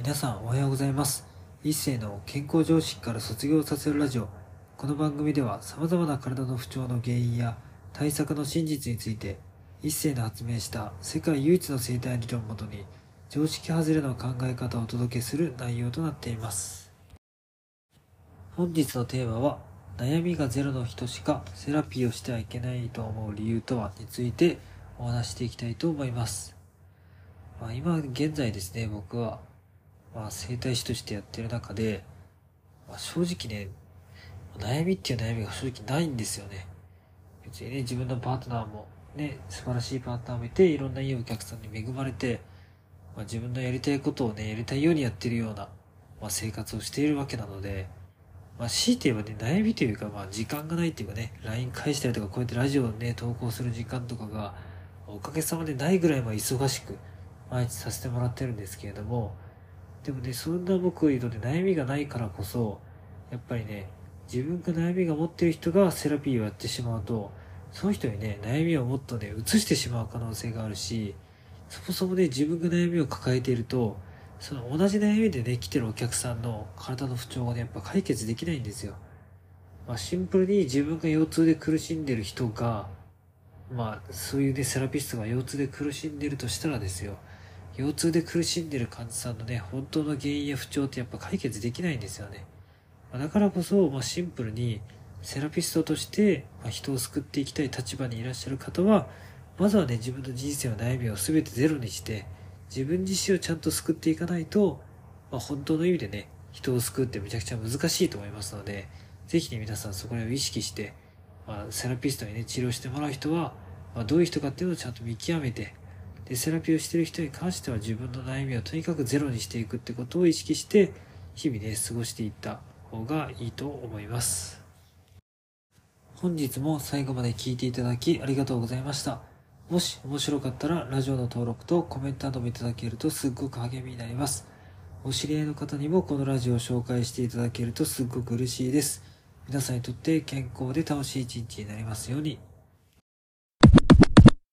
皆さんおはようございます。一世の健康常識から卒業させるラジオ。この番組では様々な体の不調の原因や対策の真実について、一世の発明した世界唯一の生態理論をもとに常識外れの考え方をお届けする内容となっています。本日のテーマは、悩みがゼロの人しかセラピーをしてはいけないと思う理由とはについてお話していきたいと思います。今現在ですね、僕は整体師としてやってる中で、正直ね、悩みっていう悩みが正直ないんですよね。別にね、自分のパートナーもね、素晴らしいパートナーもいて、いろんないいお客さんに恵まれて、自分のやりたいことをね、やりたいようにやってるような、生活をしているわけなので、強いて言えばね、悩みというか、時間がないっていうかね、LINE 返したりとか、こうやってラジオをね、投稿する時間とかが、おかげさまでないぐらい忙しく、毎日させてもらってるんですけれども、でもね、そんな僕にとって悩みがないからこそ、やっぱりね、自分が悩みが持ってる人がセラピーをやってしまうと、その人にね、悩みをもっとね、移してしまう可能性があるし、そもそもね、自分が悩みを抱えていると、その同じ悩みでね、来てるお客さんの体の不調がね、やっぱ解決できないんですよ。シンプルに自分が腰痛で苦しんでる人が、そういうね、セラピストが腰痛で苦しんでるとしたらですよ、腰痛で苦しんでる患者さんのね、本当の原因や不調ってやっぱ解決できないんですよね。だからこそ、シンプルにセラピストとして、人を救っていきたい立場にいらっしゃる方は、まずはね、自分の人生の悩みを全てゼロにして、自分自身をちゃんと救っていかないと、本当の意味でね、人を救うってめちゃくちゃ難しいと思いますので、ぜひね、皆さんそこらを意識して、セラピストにね、治療してもらう人は、どういう人かっていうのをちゃんと見極めて、で、セラピーをしている人に関しては自分の悩みをとにかくゼロにしていくってことを意識して、日々ね、過ごしていった方がいいと思います。本日も最後まで聞いていただきありがとうございました。もし面白かったらラジオの登録とコメントなどもいただけるとすっごく励みになります。お知り合いの方にもこのラジオを紹介していただけるとすっごく嬉しいです。皆さんにとって健康で楽しい一日になりますように。